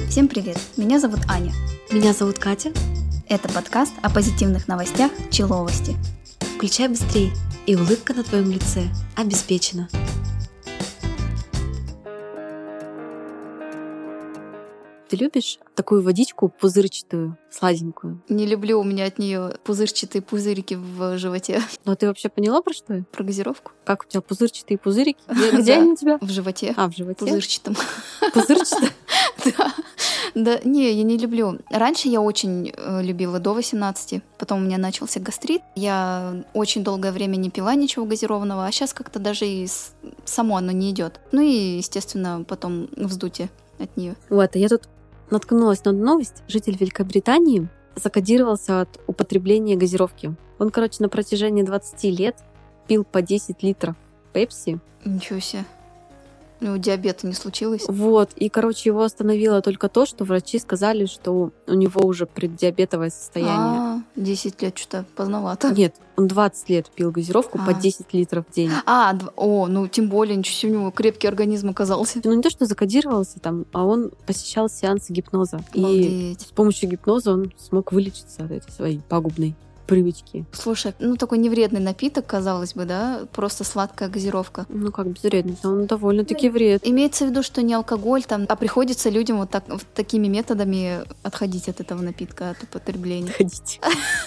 Всем привет, меня зовут Аня. Меня зовут Катя. Это подкаст о позитивных новостях Человости. Включай быстрей, и улыбка на твоем лице обеспечена. Ты любишь такую водичку пузырчатую, сладенькую? Не люблю, у меня от нее пузырчатые пузырики в животе. Но ты вообще поняла, про что я? Про газировку? Как у тебя пузырчатые пузырики? Где они у тебя? В животе. В животе? Пузырчатом. Пузырчатые? Да, не, я не люблю. Раньше я очень любила до 18, потом у меня начался гастрит. Я очень долгое время не пила ничего газированного, а сейчас как-то даже и само оно не идет. Ну и, естественно, потом вздутие от нее. Вот, а я тут наткнулась на новость. Житель Великобритании закодировался от употребления газировки. Он, на протяжении 20 лет пил по 10 литров пепси. Ничего себе. У него диабета не случилось. Вот, и, его остановило только то, что врачи сказали, что у него уже преддиабетовое состояние. 10 лет что-то поздновато. Нет, он 20 лет пил газировку по 10 литров в день. Тем более, ничего себе, у него крепкий организм оказался. Ну, не то, что закодировался там, а он посещал сеансы гипноза. Обалдеть. И с помощью гипноза он смог вылечиться от этой своей пагубной привычки. Слушай, такой невредный напиток, казалось бы, да? Просто сладкая газировка. Безвредный, но он довольно-таки вред. Имеется в виду, что не алкоголь там, а приходится людям вот такими методами отходить от этого напитка, от употребления. Отходить.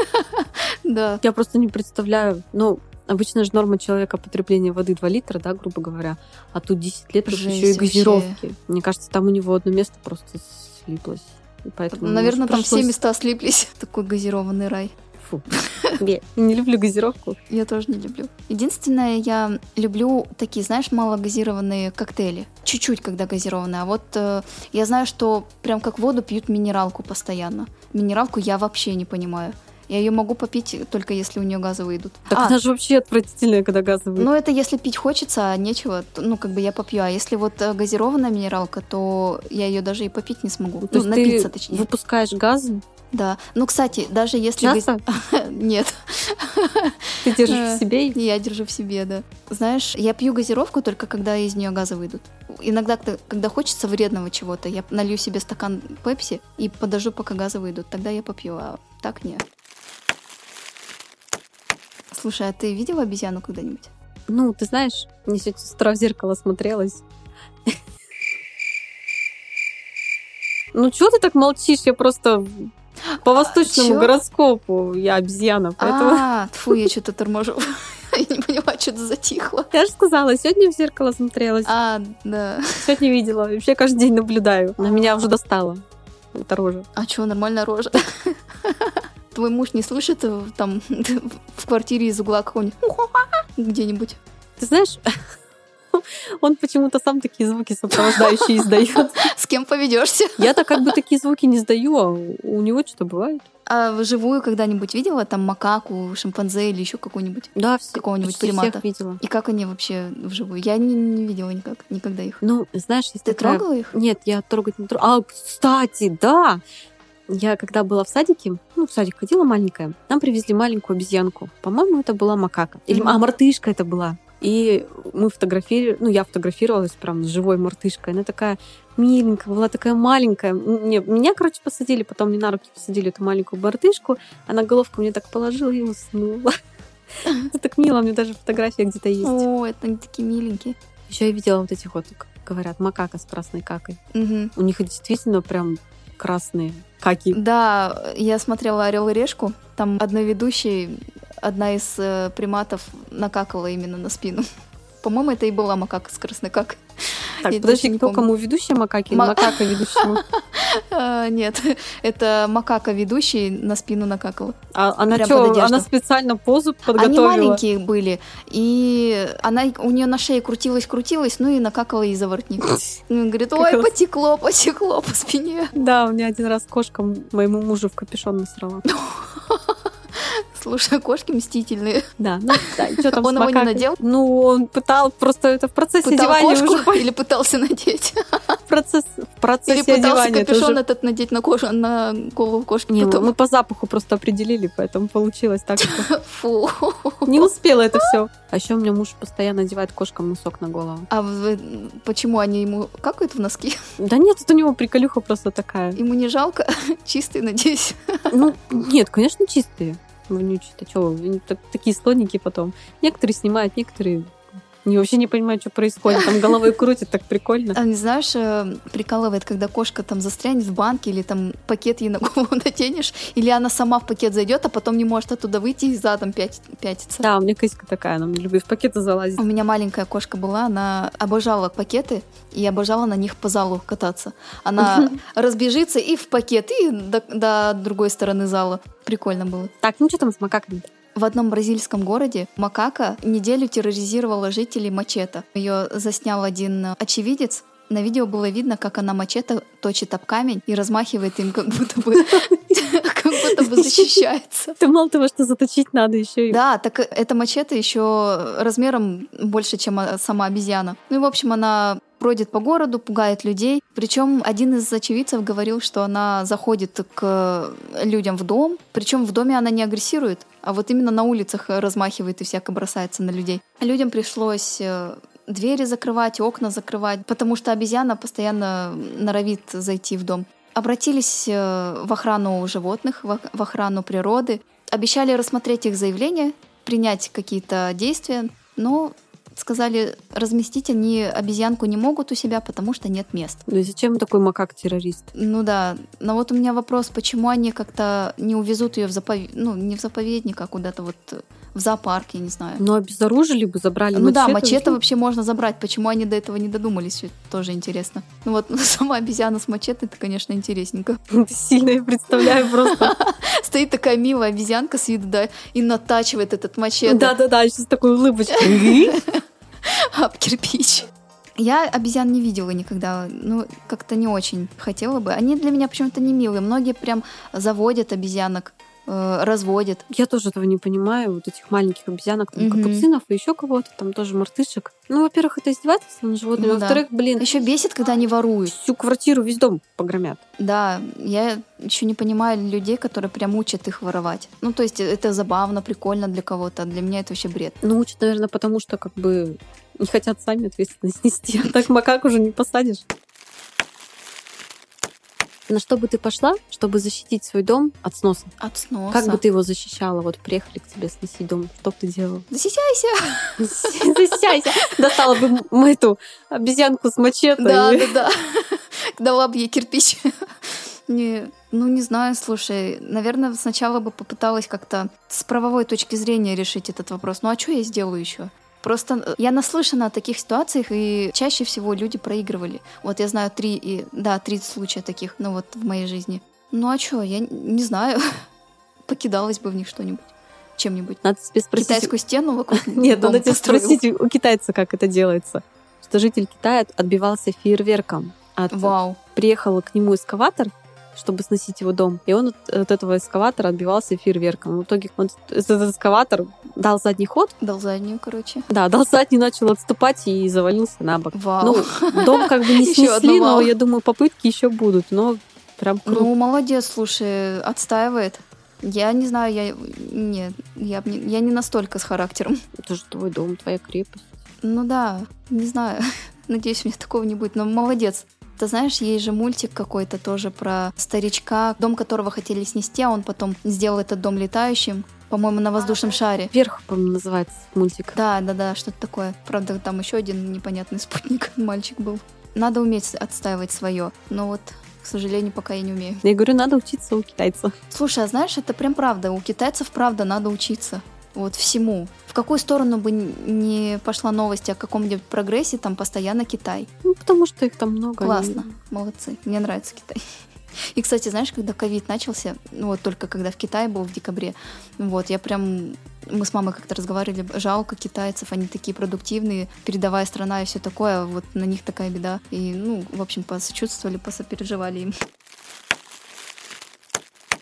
Да. Я просто не представляю, обычно же норма человека потребления воды 2 литра, да, грубо говоря, а тут 10 лет еще и газировки. Вообще. Мне кажется, там у него одно место просто слиплось. Поэтому, наверное, там все места слиплись. Такой газированный рай. Фу. Я не люблю газировку. Я тоже не люблю. Единственное, я люблю такие, малогазированные коктейли. Чуть-чуть, когда газированные. А вот я знаю, что прям как воду пьют минералку постоянно. Минералку я вообще не понимаю. Я ее могу попить только если у нее газы выйдут. Так она же вообще отвратительная, когда газы выйдут. Это если пить хочется, а нечего, я попью. А если вот газированная минералка, то я ее даже и попить не смогу. То есть напиться, ты точнее. Выпускаешь газы? Да. Кстати, даже если... Часто? Нет. Ты держишь в себе? Я держу в себе, да. Знаешь, я пью газировку только когда из нее газы выйдут. Иногда, когда хочется вредного чего-то, я налью себе стакан пепси и подожду, пока газы выйдут. Тогда я попью, а так нет. Слушай, а ты видела обезьяну когда-нибудь? Ты знаешь, я сегодня с утра в зеркало смотрелась. Чего ты так молчишь? Я просто по восточному гороскопу, я обезьяна, поэтому... Я что-то торможу. Я не поняла, что-то затихло. Я же сказала, сегодня в зеркало смотрелась. Да. Сегодня видела. Вообще каждый день наблюдаю. На меня уже достала эта рожа. А что, нормальная рожа? Твой муж не слышит там в квартире из угла какого-нибудь где-нибудь? Ты знаешь, он почему-то сам такие звуки сопровождающие издает. С кем поведешься? Я-то такие звуки не сдаю, а у него что-то бывает. А вживую когда-нибудь видела там макаку, шимпанзе или еще какую-нибудь? Да, какого-нибудь примата? Всех видела. И как они вообще вживую? Я не видела никогда их. Знаешь, если ты трогала их? Нет, я трогать не трогала. Кстати, да! Я когда была в садике, в садик ходила маленькая, нам привезли маленькую обезьянку. По-моему, это была макака. Мартышка это была. И мы фотографировали, я фотографировалась прям с живой мартышкой. Она такая миленькая, была такая маленькая. Меня, посадили, потом мне на руки посадили эту маленькую мартышку. Она головку мне так положила и уснула. Это так мило, у меня даже фотография где-то есть. Это они такие миленькие. Еще я видела вот этих как говорят, макака с красной какой. У них действительно прям красные каки. Да, я смотрела «Орел и решку». Там одна из приматов накакала именно на спину. По-моему, это и была макака с красной какой. Так, подожди, кто кому? Ведущая макаки или макака ведущему? Нет, это макака ведущий на спину накакала. Она что, она специально позу подготовила? Они маленькие были, и у нее на шее крутилась, и накакала ей за воротник. Говорит, ой, потекло по спине. Да, у меня один раз кошка моему мужу в капюшон насрала. Слушай, кошки мстительные. Да, что там он его не надел? Он просто это в процессе одевания уже. Или пытался надеть? В в процессе Или пытался одевания. капюшон этот надеть на голову кошки. Не, потом... мы по запаху просто определили, поэтому получилось так, что Фу. не успела это все. А еще у меня муж постоянно одевает кошкам носок на голову. А почему они ему какают в носки? Да нет, это у него приколюха просто такая. Ему не жалко? Чистый, надеюсь. Ну, нет, конечно, чистые. Вонючие-то, что вы, такие слоники потом. Некоторые снимают, некоторые вообще не понимают, что происходит. Там головой крутят, так прикольно. А не знаешь, прикалывает, когда кошка там застрянет в банке, или там пакет ей на голову наденешь, или она сама в пакет зайдет, а потом не может оттуда выйти и задом пятиться. Да, у меня Кыська такая, она мне любит в пакеты залазить. У меня маленькая кошка была, она обожала пакеты и обожала на них по залу кататься. Она разбежится и в пакет, и до другой стороны зала. Прикольно было. Так, ну что там с макаками? В одном бразильском городе макака неделю терроризировала жителей Мачете. Ее заснял один очевидец. На видео было видно, как она мачете точит об камень и размахивает им, как будто бы защищается. Ты мало того, что заточить надо еще и... Да, так эта мачете еще размером больше, чем сама обезьяна. Ну и, в общем, она бродит по городу, пугает людей. Причем один из очевидцев говорил, что она заходит к людям в дом. Причем в доме она не агрессирует, а вот именно на улицах размахивает и всяко бросается на людей. Людям пришлось двери закрывать, окна закрывать, потому что обезьяна постоянно норовит зайти в дом. Обратились в охрану животных, в охрану природы. Обещали рассмотреть их заявления, принять какие-то действия, но сказали, разместить они обезьянку не могут у себя, потому что нет мест. Ну и зачем такой макак-террорист? Ну да, но вот у меня вопрос, почему они как-то не увезут ее не в заповедник, а куда-то вот в зоопарк, я не знаю. Ну обезоружили бы, забрали мачете. Ну да, мачете уже. Вообще можно забрать. Почему они до этого не додумались? Это тоже интересно. Ну вот сама обезьяна с мачете, это, конечно, интересненько. Сильно я представляю просто. Стоит такая милая обезьянка с виду, да, и натачивает этот мачете. Да-да-да, сейчас такой улыбочкой. Об кирпич. Я обезьян не видела никогда, ну, как-то не очень хотела бы. Они для меня почему-то не милые. Многие прям заводят обезьянок, разводят. Я тоже этого не понимаю, вот этих маленьких обезьянок, там, капуцинов и еще кого-то, там тоже мартышек. Ну, во-первых, это издевательство над животными, во-вторых, блин... Еще бесит, когда они воруют. Всю квартиру, весь дом погромят. Да, я еще не понимаю людей, которые прям учат их воровать. Ну, то есть это забавно, прикольно для кого-то, а для меня это вообще бред. Ну, учат, наверное, потому что как бы не хотят сами ответственность нести. А так макак уже не посадишь. На что бы ты пошла, чтобы защитить свой дом от сноса? От сноса. Как бы ты его защищала? Вот приехали к тебе сносить дом. Что бы ты делала? Защищайся! Защищайся! Достала бы мы эту обезьянку с мачете. Да. Дала бы ей кирпич. Не знаю, слушай. Наверное, сначала бы попыталась как-то с правовой точки зрения решить этот вопрос. Ну а что я сделаю еще? Просто я наслышана о таких ситуациях, и чаще всего люди проигрывали. Вот я знаю 3 случая таких, ну вот в моей жизни. Ну а что, я не знаю. Покидалась бы в них что-нибудь, чем-нибудь. Надо тебе спросить... Китайскую стену вокруг Нет, надо тебе спросить у китайца, как это делается. Что житель Китая отбивался фейерверком. Вау. Приехал к нему эскаватор, чтобы сносить его дом. И он от этого эскаватора отбивался фейерверком. В итоге этот эскаватор дал задний ход. Дал заднюю, короче. Да, дал задний, начал отступать и завалился на бок. Вау. Ну, дом как бы не снесли, но я думаю, попытки еще будут. Но прям круто. Ну, молодец, слушай, отстаивает. Я не знаю, я не настолько с характером. Это же твой дом, твоя крепость. Ну да, не знаю. Надеюсь, у меня такого не будет, но молодец. Ты знаешь, есть же мультик какой-то тоже про старичка, дом которого хотели снести, а он потом сделал этот дом летающим, по-моему, на воздушном шаре. «Вверх», по-моему, называется мультик. Да, что-то такое. Правда, там еще один непонятный спутник, мальчик был. Надо уметь отстаивать свое, но вот, к сожалению, пока я не умею. Я говорю, надо учиться у китайца. Слушай, а знаешь, это прям правда, у китайцев правда надо учиться. Вот всему. В какую сторону бы не пошла новость о каком-нибудь прогрессе, там постоянно Китай. Ну, потому что их там много. Классно, молодцы. Мне нравится Китай. И, кстати, знаешь, когда ковид начался, вот только когда в Китае был в декабре, вот, мы с мамой как-то разговаривали, жалко китайцев, они такие продуктивные, передовая страна и все такое, вот на них такая беда. И, в общем, посочувствовали, посопереживали им.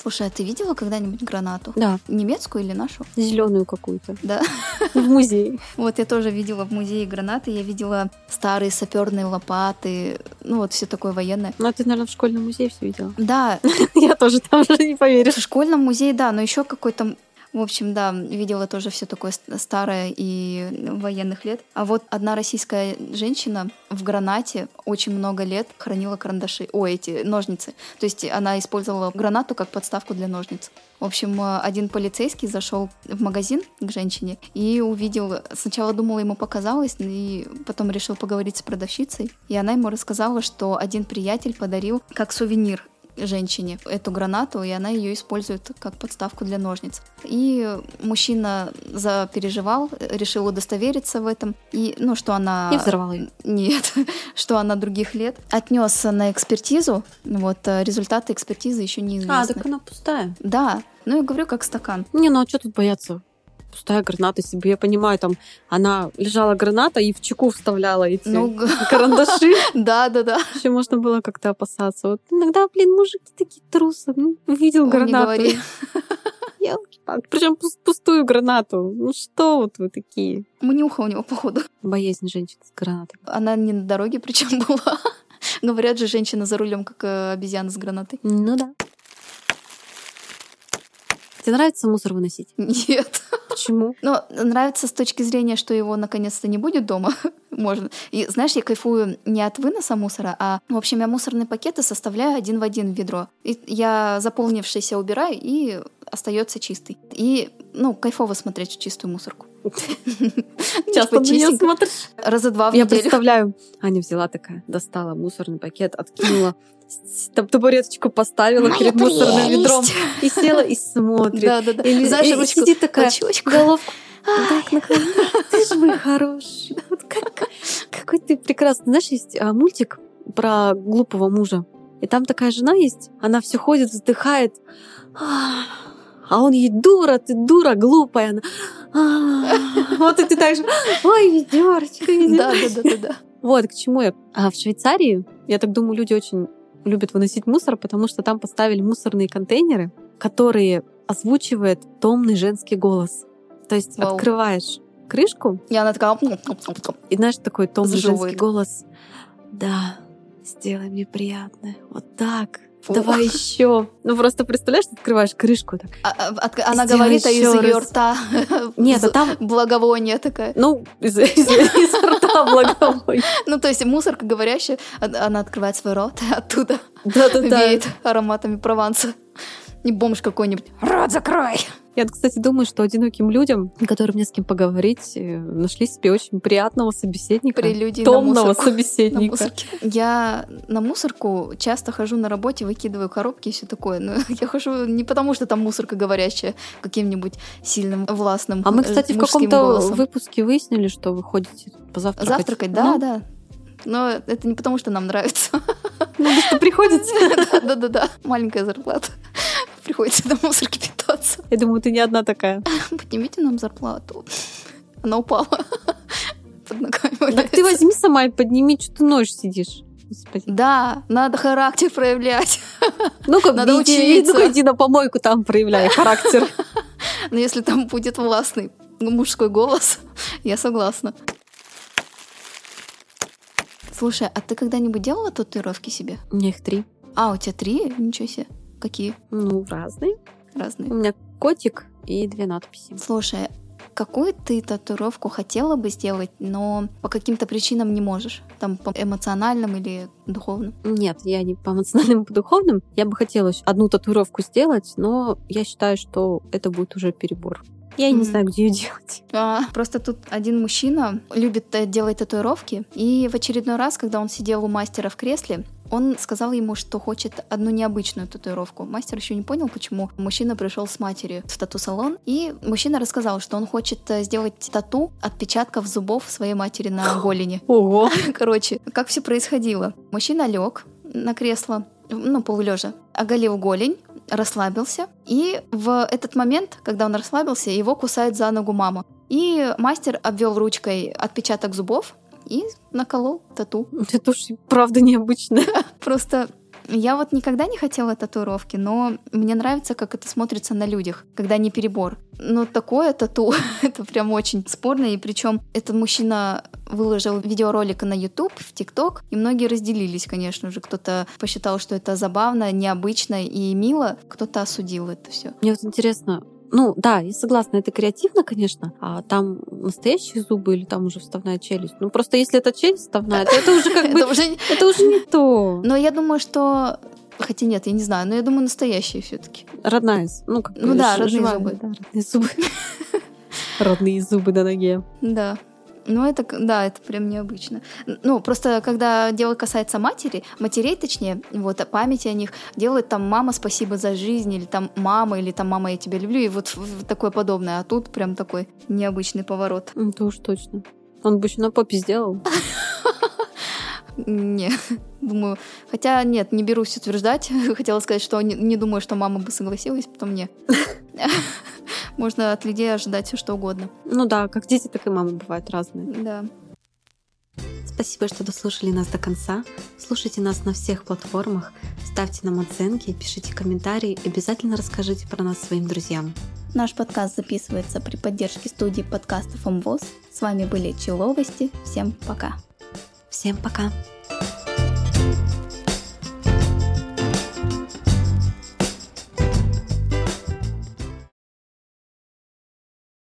Слушай, а ты видела когда-нибудь гранату? Да, Немецкую или нашу? зеленую какую-то. Да. В музее. Вот я тоже видела в музее гранаты, я видела старые саперные лопаты, ну вот все такое военное. Ну, ты, наверное, в школьном музее все видела. Да, Я тоже там же не поверишь. в школьном музее, да, но еще какой-то. В общем, да, видела тоже все такое старое и военных лет. А вот одна российская женщина в гранате очень много лет хранила карандаши, эти ножницы. То есть она использовала гранату как подставку для ножниц. В общем, один полицейский зашел в магазин к женщине и увидел, сначала думала, ему показалось, и потом решил поговорить с продавщицей. И она ему рассказала, что один приятель подарил как сувенир женщине эту гранату, и она ее использует как подставку для ножниц. И мужчина запереживал, решил удостовериться в этом, и, что она... И взорвал ее. Нет, что она других лет. Отнес на экспертизу, результаты экспертизы еще неизвестны. Так она пустая. Да, я говорю, как стакан. Не, а что тут бояться? Пустая граната себе. Я понимаю, там она лежала граната и в чеку вставляла эти карандаши. Да. Еще можно было как-то опасаться. Вот иногда, мужики такие трусы. Увидел гранату. Не говори. Причем пустую гранату. Что вот вы такие? Мнюха у него, походу. Боязнь женщин с гранатой. Она не на дороге причем была. Говорят же, женщина за рулем, как обезьяна с гранатой. Ну да. Тебе нравится мусор выносить? Нет. Почему? Нравится с точки зрения, что его наконец-то не будет дома. Можно. И знаешь, я кайфую не от выноса мусора, а, в общем, я мусорные пакеты составляю один в один в ведро. И я заполнившийся убираю, и остается чистый. И, кайфово смотреть чистую мусорку. Часто на неё смотришь? Раза два в Я неделю. представляю, Аня взяла такая, достала мусорный пакет, откинула, там табуреточку поставила перед мусорным ведром и села и смотрит. Да. И сидит такая, головку так наклонила. Ты же мой хороший. Какой ты прекрасный. Знаешь, есть мультик про глупого мужа. И там такая жена есть, она все ходит, вздыхает. А он ей: дура, ты дура, глупая. Вот и ты так же: ой, ведёрочка. Да. Вот к чему я. А в Швейцарии, я так думаю, люди очень любят выносить мусор, потому что там поставили мусорные контейнеры, которые озвучивает томный женский голос. То есть открываешь крышку, и она такая... И знаешь, такой томный Заживает. женский голос: да, сделай мне приятное. Вот так. Давай еще. Просто представляешь, ты открываешь крышку. Так. Она говорит, а из ее рта нет, а там благовоние такая. Из рта благовоние. То есть мусорка говорящая, она открывает свой рот, и оттуда Да. веет ароматами Прованса. И бомж какой-нибудь: рот закрой! Я, кстати, думаю, что одиноким людям, которым не с кем поговорить, нашли себе очень приятного собеседника. Прелюдии томного на мусорку. собеседника. Я на мусорку часто хожу на работе, выкидываю коробки и все такое. Но я хожу не потому, что там мусорка говорящая каким-нибудь сильным, властным А мы, кстати, в мужским каком-то голосом. выпуске выяснили, что вы ходите позавтракать. Завтракать, да. Но это не потому, что нам нравится. Потому что приходится. Да. Маленькая зарплата. Приходится до мусорки питаться. Я думаю, ты не одна такая. Поднимите нам зарплату. Она упала. Под ногами Так валяется. ты возьми сама и подними, что ты ноешь сидишь. Господи. Да, надо характер проявлять. Ну-ка, Надо учиться. Ну-ка, иди на помойку, там проявляй характер. Но если там будет властный мужской голос, я согласна. Слушай, а ты когда-нибудь делала татуировки себе? У меня их 3. У тебя 3? Ничего себе. Какие? Разные. Разные. У меня котик и 2 надписи. Слушай, какую ты татуировку хотела бы сделать, но по каким-то причинам не можешь? Там по эмоциональным или духовным? Нет, я не по эмоциональным, и по духовным. Я бы хотела одну татуировку сделать, но я считаю, что это будет уже перебор. Я не знаю, где ее делать. Просто тут один мужчина любит делать татуировки, и в очередной раз, когда он сидел у мастера в кресле, он сказал ему, что хочет одну необычную татуировку. Мастер еще не понял, почему. Мужчина пришел с матерью в тату-салон, и мужчина рассказал, что он хочет сделать тату отпечатков зубов своей матери на голени. Ого! Короче, как все происходило. Мужчина лег на кресло, полулежа, оголил голень, расслабился, и в этот момент, когда он расслабился, его кусает за ногу мама. И мастер обвел ручкой отпечаток зубов и наколол тату. Это уж правда необычно. Просто Я вот никогда не хотела татуировки, но мне нравится, как это смотрится на людях, когда не перебор. Но такое тату, это прям очень спорно, и причем этот мужчина выложил видеоролик на YouTube, в TikTok, и многие разделились, конечно же. Кто-то посчитал, что это забавно, необычно и мило, кто-то осудил это все. Мне вот интересно, ну да, я согласна, это креативно, конечно, а там настоящие зубы или там уже вставная челюсть? Ну просто если это челюсть вставная, то это уже как бы... Это уже не то. Но я думаю, что... Хотя нет, я не знаю, но я думаю, настоящие все-таки. Родная, ну как бы... Ну да, родные зубы. Родные зубы. Родные зубы на ноге. Да. Ну, это, да, это прям необычно. Ну, просто когда дело касается матерей, точнее, вот, памяти о них, делает там «мама, спасибо за жизнь», или там «мама», или там «мама, я тебя люблю», и вот такое подобное. А тут прям такой необычный поворот. Это уж точно. Он бы еще на попе сделал. Не, думаю... Хотя нет, не берусь утверждать. Хотела сказать, что не думаю, что мама бы согласилась, потом нет. Можно от людей ожидать все что угодно. Ну да, как дети, так и мамы бывают разные. Да. Спасибо, что дослушали нас до конца. Слушайте нас на всех платформах, ставьте нам оценки, пишите комментарии и обязательно расскажите про нас своим друзьям. Наш подкаст записывается при поддержке студии подкастов МВОС. С вами были Человости. Всем пока. Всем пока.